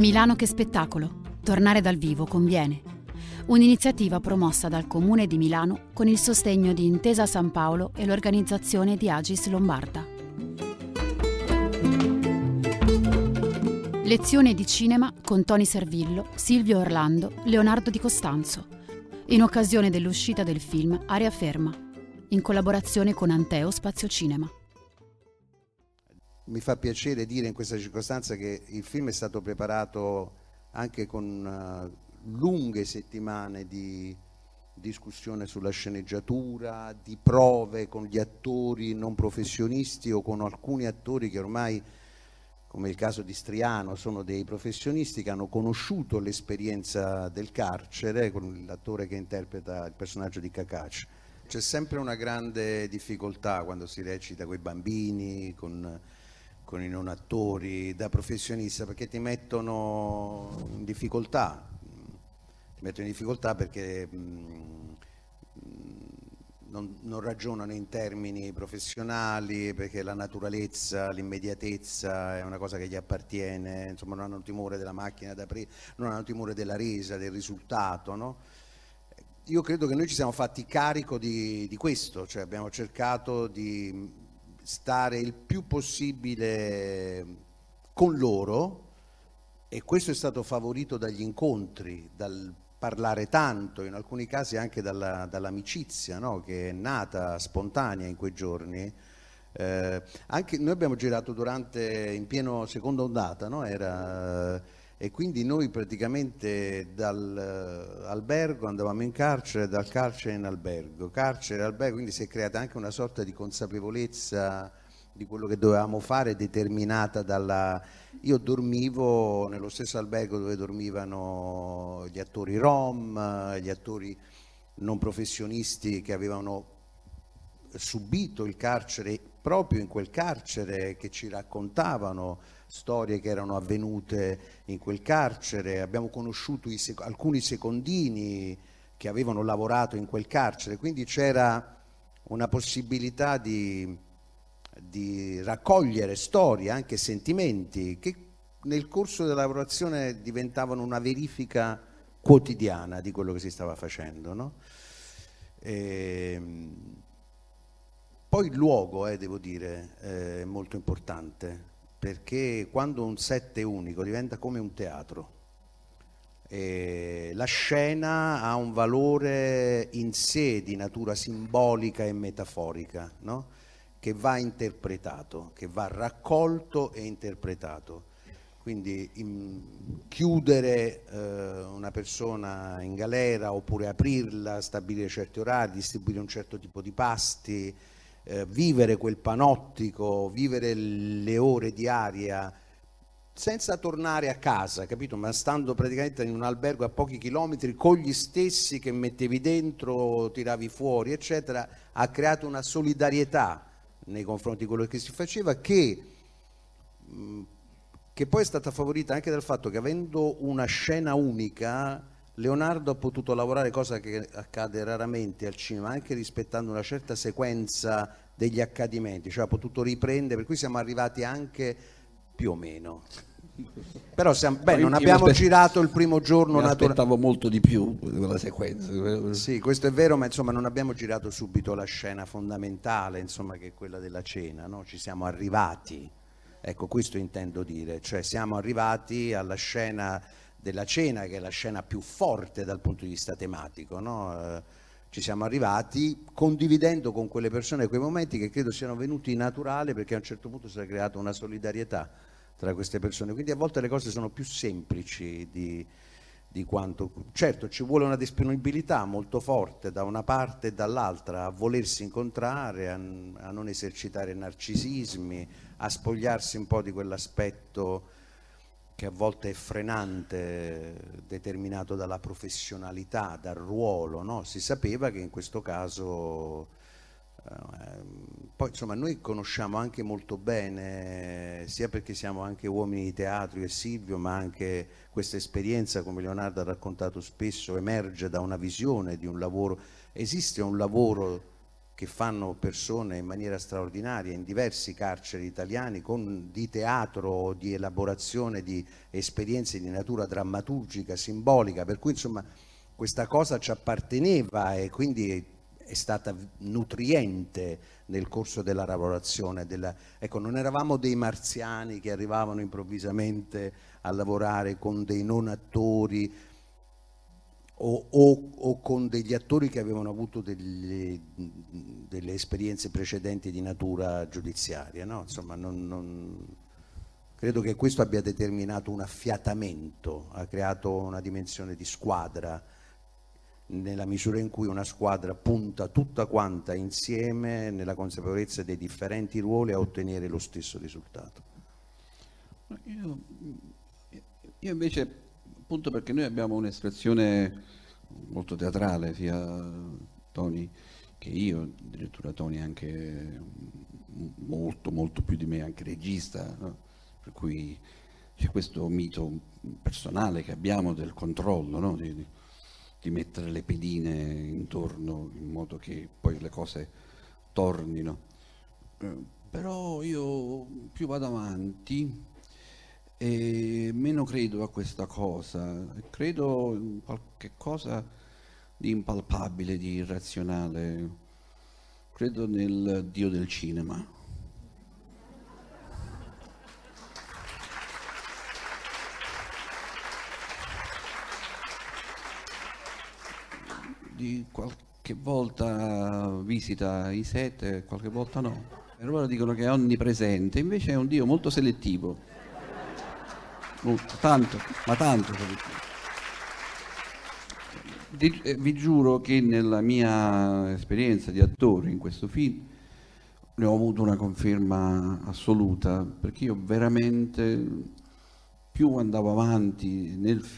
Milano che spettacolo. Tornare dal vivo conviene. Un'iniziativa promossa dal Comune di Milano con il sostegno di Intesa San Paolo e l'organizzazione di Agis Lombarda. Lezione di cinema con Tony Servillo, Silvio Orlando, Leonardo Di Costanzo, in occasione dell'uscita del film Aria Ferma, in collaborazione con Anteo Spazio Cinema. Mi fa piacere dire in questa circostanza che il film è stato preparato anche con lunghe settimane di discussione sulla sceneggiatura, di prove con gli attori non professionisti o con alcuni attori che ormai, come il caso di Striano, sono dei professionisti che hanno conosciuto l'esperienza del carcere, con l'attore che interpreta il personaggio di Cacace. C'è sempre una grande difficoltà quando si recita coi bambini, con i non attori, da professionista, perché ti mettono in difficoltà perché non ragionano in termini professionali, perché la naturalezza, l'immediatezza è una cosa che gli appartiene, insomma non hanno timore della macchina da non hanno timore della resa, del risultato, no? Io credo che noi ci siamo fatti carico di questo, cioè abbiamo cercato di stare il più possibile con loro, e questo è stato favorito dagli incontri, dal parlare tanto, in alcuni casi anche dall'amicizia, no? Che è nata spontanea in quei giorni. Anche noi abbiamo girato in pieno seconda ondata, no? E quindi noi praticamente dall'albergo andavamo in carcere, dal carcere in albergo, carcere, albergo, quindi si è creata anche una sorta di consapevolezza di quello che dovevamo fare, determinata dalla... Io dormivo nello stesso albergo dove dormivano gli attori rom, gli attori non professionisti che avevano subito il carcere, proprio in quel carcere, che ci raccontavano storie che erano avvenute in quel carcere. Abbiamo conosciuto alcuni secondini che avevano lavorato in quel carcere, quindi c'era una possibilità di raccogliere storie, anche sentimenti, che nel corso della lavorazione diventavano una verifica quotidiana di quello che si stava facendo, no? Poi il luogo, devo dire, è molto importante, perché quando un set è unico diventa come un teatro, la scena ha un valore in sé di natura simbolica e metaforica, no? Che va interpretato, che va raccolto e interpretato. Quindi chiudere una persona in galera, oppure aprirla, stabilire certi orari, distribuire un certo tipo di pasti, vivere quel panottico, vivere le ore di aria senza tornare a casa, capito? Ma stando praticamente in un albergo a pochi chilometri con gli stessi che mettevi dentro, tiravi fuori, eccetera, ha creato una solidarietà nei confronti di quello che si faceva, che poi è stata favorita anche dal fatto che, avendo una scena unica, Leonardo ha potuto lavorare, cosa che accade raramente al cinema, anche rispettando una certa sequenza degli accadimenti, cioè ha potuto riprendere, per cui siamo arrivati anche più o meno. Però non abbiamo girato il primo giorno. Mi aspettavo molto di più quella sequenza. Sì, questo è vero, ma insomma non abbiamo girato subito la scena fondamentale, insomma, che è quella della cena, no? Ci siamo arrivati, ecco, questo intendo dire, cioè siamo arrivati alla scena della cena, che è la scena più forte dal punto di vista tematico, no? Ci siamo arrivati condividendo con quelle persone quei momenti che credo siano venuti naturali, perché a un certo punto si è creata una solidarietà tra queste persone, quindi a volte le cose sono più semplici di quanto... Certo, ci vuole una disponibilità molto forte da una parte e dall'altra a volersi incontrare, a non esercitare narcisismi, a spogliarsi un po' di quell'aspetto che a volte è frenante, determinato dalla professionalità, dal ruolo, no? Si sapeva che in questo caso... Poi insomma noi conosciamo anche molto bene, sia perché siamo anche uomini di teatro, io e Silvio, ma anche questa esperienza, come Leonardo ha raccontato spesso, emerge da una visione di un lavoro. Esiste un lavoro che fanno persone in maniera straordinaria in diversi carceri italiani, di teatro, di elaborazione di esperienze di natura drammaturgica, simbolica, per cui insomma questa cosa ci apparteneva e quindi è stata nutriente nel corso della lavorazione. Ecco, non eravamo dei marziani che arrivavano improvvisamente a lavorare con dei non attori o con degli attori che avevano avuto delle esperienze precedenti di natura giudiziaria, no? Insomma, credo che questo abbia determinato un affiatamento, ha creato una dimensione di squadra, nella misura in cui una squadra punta tutta quanta insieme, nella consapevolezza dei differenti ruoli, a ottenere lo stesso risultato. Io invece, appunto perché noi abbiamo un'espressione molto teatrale, sia Tony che io, addirittura Tony anche molto più di me, anche regista, no? Per cui c'è questo mito personale che abbiamo del controllo, no? Di mettere le pedine intorno in modo che poi le cose tornino. Però io più vado avanti e meno credo a questa cosa, credo in qualche cosa di impalpabile, di irrazionale, credo nel Dio del cinema. Di qualche volta visita i set, qualche volta no. E allora dicono che è onnipresente, invece è un Dio molto selettivo. Tanto selettivo. Vi giuro che nella mia esperienza di attore in questo film ne ho avuto una conferma assoluta, perché io veramente più andavo avanti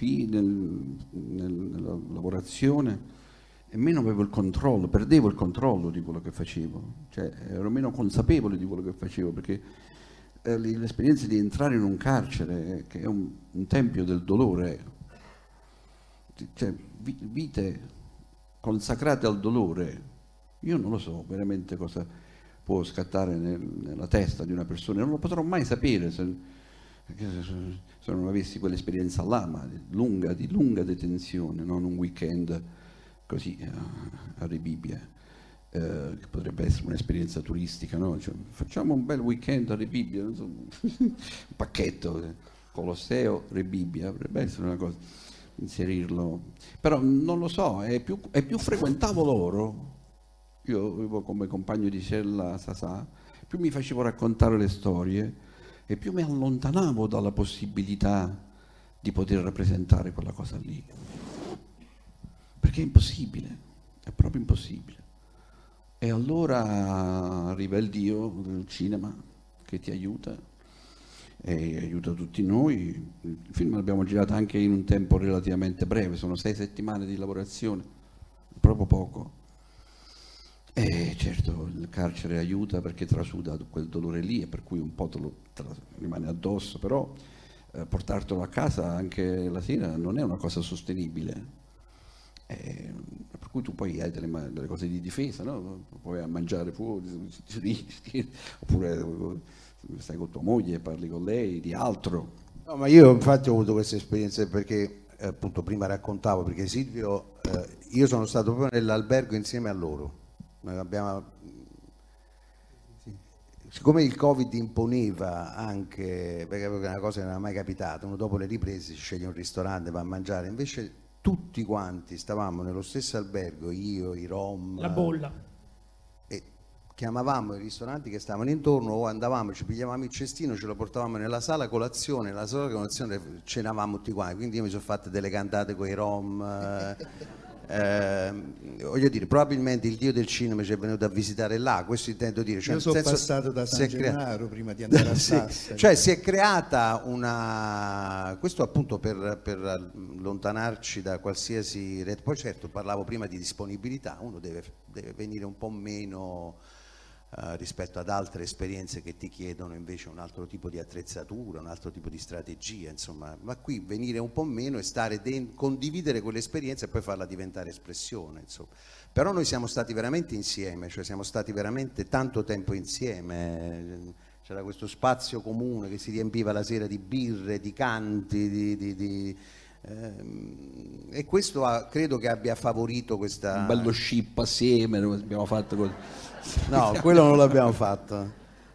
nella lavorazione e meno avevo il controllo, perdevo il controllo di quello che facevo, cioè ero meno consapevole di quello che facevo, perché l'esperienza di entrare in un carcere, che è un tempio del dolore, cioè vite consacrate al dolore, io non lo so veramente cosa può scattare nella testa di una persona, non lo potrò mai sapere se non avessi quell'esperienza là, ma di lunga detenzione, non un weekend così a Rebibbia, che potrebbe essere un'esperienza turistica, no? Cioè, facciamo un bel weekend a Rebibbia, non so, un pacchetto, Colosseo, Rebibbia, potrebbe essere una cosa, inserirlo, però non lo so, più frequentavo loro, io avevo come compagno di cella Sasà, più mi facevo raccontare le storie e più mi allontanavo dalla possibilità di poter rappresentare quella cosa lì. Perché è impossibile, è proprio impossibile. E allora arriva il Dio del cinema che ti aiuta e aiuta tutti noi. Il film l'abbiamo girato anche in un tempo relativamente breve, sono 6 settimane di lavorazione, proprio poco. E certo il carcere aiuta perché trasuda quel dolore lì e per cui un po' rimane addosso, però portartelo a casa anche la sera non è una cosa sostenibile. Per cui tu poi hai delle cose di difesa, no? Puoi a mangiare fuori, oppure stai con tua moglie e parli con lei di altro. No, ma io infatti ho avuto questa esperienza perché appunto prima raccontavo, perché Silvio, io sono stato proprio nell'albergo insieme a loro. Siccome il Covid imponeva anche, perché è una cosa che non era mai capitata, uno dopo le riprese si sceglie un ristorante, va a mangiare, invece tutti quanti stavamo nello stesso albergo, io, i Rom, la bolla, e chiamavamo i ristoranti che stavano intorno o andavamo, ci pigliavamo il cestino, ce lo portavamo nella sala colazione, nella sala colazione cenavamo tutti quanti, quindi io mi sono fatte delle cantate con i Rom. Voglio dire, probabilmente il Dio del cinema ci è venuto a visitare là, questo intendo dire, cioè, io sono passato da San Gennaro prima di andare a Sassari. Cioè si è creata una, questo appunto per allontanarci da qualsiasi poi certo parlavo prima di disponibilità, uno deve venire un po' meno rispetto ad altre esperienze che ti chiedono invece un altro tipo di attrezzatura, un altro tipo di strategia, insomma, ma qui venire un po' meno e condividere quell'esperienza e poi farla diventare espressione, insomma. Però noi siamo stati veramente insieme, cioè siamo stati veramente tanto tempo insieme, c'era questo spazio comune che si riempiva la sera di birre, di canti, e questo credo che abbia favorito questa... Un bello scippo assieme, abbiamo fatto così. No, quello non l'abbiamo fatto,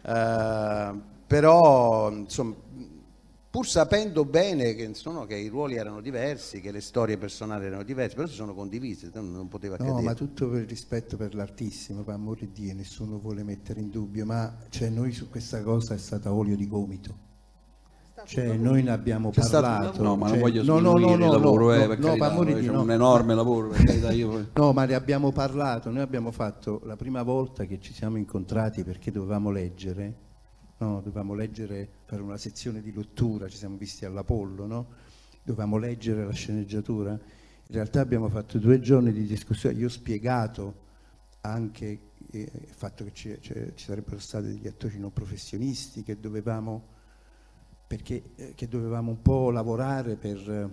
però insomma, pur sapendo bene che, insomma, che i ruoli erano diversi, che le storie personali erano diverse, però si sono condivise, non poteva accadere. No, ma tutto per rispetto per l'artista, per amore di Dio, nessuno vuole mettere in dubbio, ma cioè, noi su questa cosa è stata olio di gomito. Cioè noi ne abbiamo parlato. No, ma cioè, non voglio sminuire il lavoro, per carità, c'è un enorme lavoro, per carità, io... No, ma ne abbiamo parlato, noi abbiamo fatto la prima volta che ci siamo incontrati perché dovevamo leggere, no? Dovevamo leggere per una sezione di lettura, ci siamo visti all'Apollo, no? Dovevamo leggere la sceneggiatura. In realtà abbiamo fatto 2 giorni di discussione, io ho spiegato anche il fatto che ci sarebbero stati degli attori non professionisti che dovevamo... che dovevamo un po' lavorare per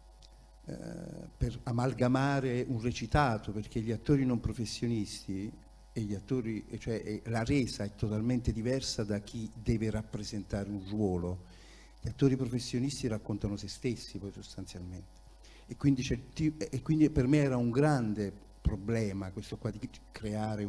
amalgamare un recitato, perché gli attori non professionisti e gli attori, cioè la resa è totalmente diversa da chi deve rappresentare un ruolo. Gli attori professionisti raccontano se stessi poi sostanzialmente, e quindi per me era un grande problema questo qua di creare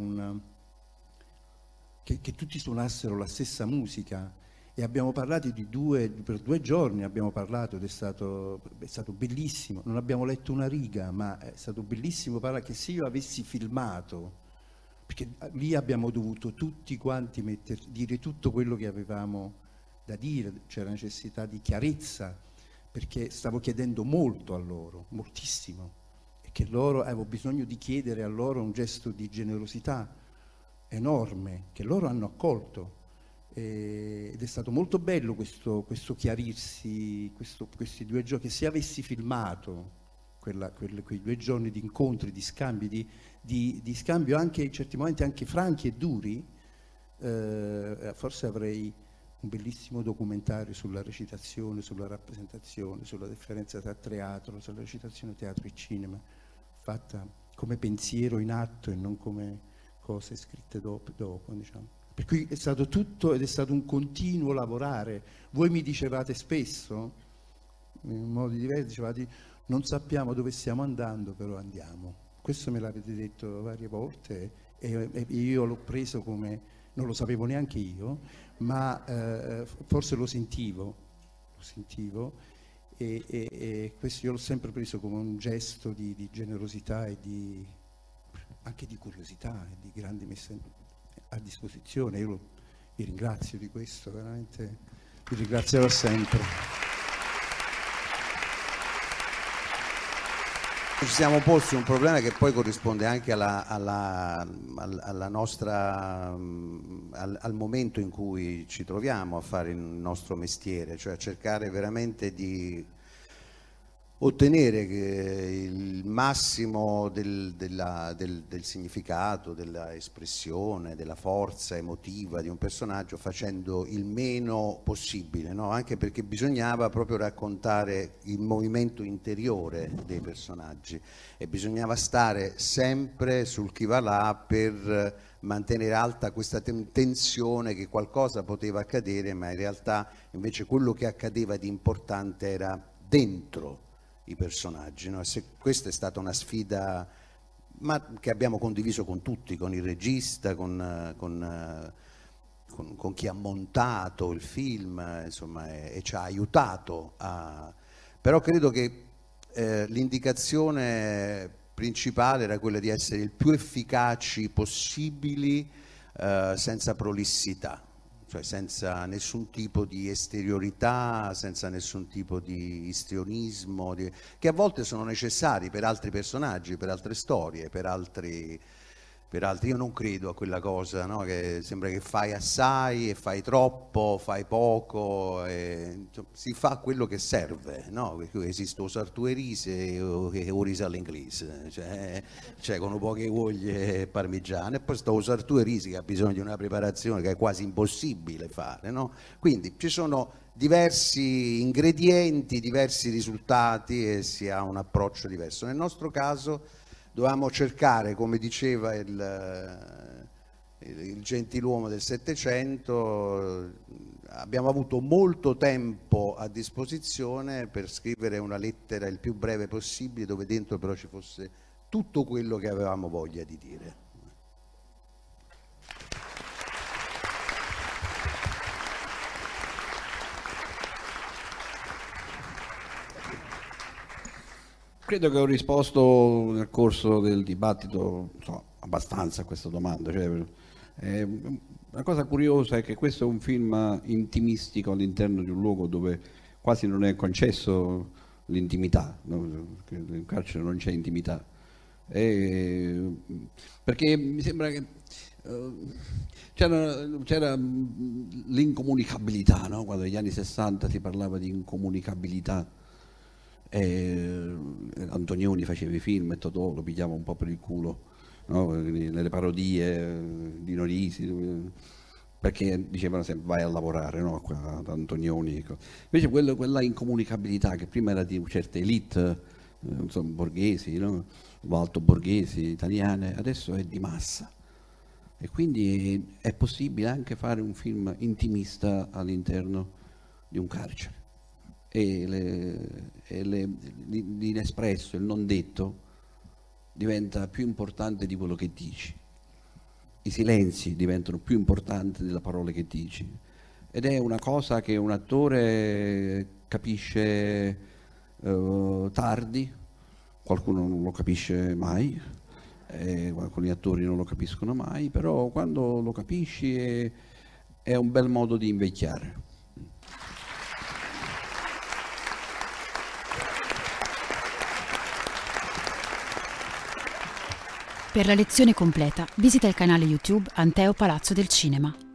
che tutti suonassero la stessa musica. E abbiamo parlato per 2 giorni abbiamo parlato ed è stato bellissimo, non abbiamo letto una riga, ma è stato bellissimo parlare, che se io avessi filmato, perché lì abbiamo dovuto tutti quanti dire tutto quello che avevamo da dire, c'era necessità di chiarezza, perché stavo chiedendo molto a loro, moltissimo, e che loro avevo bisogno di chiedere a loro un gesto di generosità enorme, che loro hanno accolto. Ed è stato molto bello questo chiarirsi, questi 2 giorni, che se avessi filmato quei 2 giorni di incontri, di scambi, di scambio anche in certi momenti anche franchi e duri, forse avrei un bellissimo documentario sulla recitazione, sulla rappresentazione, sulla differenza tra teatro, sulla recitazione, teatro e cinema, fatta come pensiero in atto e non come cose scritte dopo, diciamo. Per cui è stato tutto ed è stato un continuo lavorare. Voi mi dicevate spesso, in modi diversi, dicevate non sappiamo dove stiamo andando, però andiamo. Questo me l'avete detto varie volte e io l'ho preso come, non lo sapevo neanche io, ma forse lo sentivo e questo io l'ho sempre preso come un gesto di generosità e anche di curiosità e di grande messa a disposizione. Io vi ringrazio di questo, veramente vi ringrazierò sempre. Ci siamo posti un problema che poi corrisponde anche alla nostra, al momento in cui ci troviamo a fare il nostro mestiere, cioè a cercare veramente di ottenere il massimo del significato, della espressione, della forza emotiva di un personaggio facendo il meno possibile, no? Anche perché bisognava proprio raccontare il movimento interiore dei personaggi e bisognava stare sempre sul chi va là per mantenere alta questa tensione che qualcosa poteva accadere, ma in realtà invece quello che accadeva di importante era dentro i personaggi, no? Questa è stata una sfida che abbiamo condiviso con tutti, con il regista, con chi ha montato il film, insomma, e ci ha aiutato però credo che l'indicazione principale era quella di essere il più efficaci possibili, senza prolissità, cioè senza nessun tipo di esteriorità, senza nessun tipo di istrionismo, che a volte sono necessari per altri personaggi, per altre storie, per altri... Peraltro io non credo a quella cosa, no? Che sembra che fai assai e fai troppo, fai poco, insomma, si fa quello che serve, no? Perché esiste o sartuerise o risa all'inglese, cioè con poche voglie parmigiane, e poi sta o sartuerise che ha bisogno di una preparazione che è quasi impossibile fare, no? Quindi ci sono diversi ingredienti, diversi risultati e si ha un approccio diverso. Nel nostro caso dovevamo cercare, come diceva il gentiluomo del Settecento, abbiamo avuto molto tempo a disposizione per scrivere una lettera il più breve possibile, dove dentro però ci fosse tutto quello che avevamo voglia di dire. Credo che ho risposto nel corso del dibattito abbastanza a questa domanda. La cosa curiosa è che questo è un film intimistico all'interno di un luogo dove quasi non è concesso l'intimità, no? Perché in carcere non c'è intimità. Perché mi sembra che c'era l'incomunicabilità, no? Quando negli anni 60 si parlava di incomunicabilità. Antonioni faceva i film e Totò lo pigliava un po' per il culo, no? Nelle parodie di Norisi, perché dicevano sempre vai a lavorare, no? Ad Antonioni. Invece quella incomunicabilità che prima era di certe elite, insomma, borghesi, no? Alto borghesi italiane, adesso è di massa, e quindi è possibile anche fare un film intimista all'interno di un carcere. L'inespresso, il non detto diventa più importante di quello che dici, i silenzi diventano più importanti delle parole che dici, ed è una cosa che un attore capisce tardi, qualcuno non lo capisce mai, alcuni attori non lo capiscono mai, però quando lo capisci è un bel modo di invecchiare. Per la lezione completa visita il canale YouTube Anteo Palazzo del Cinema.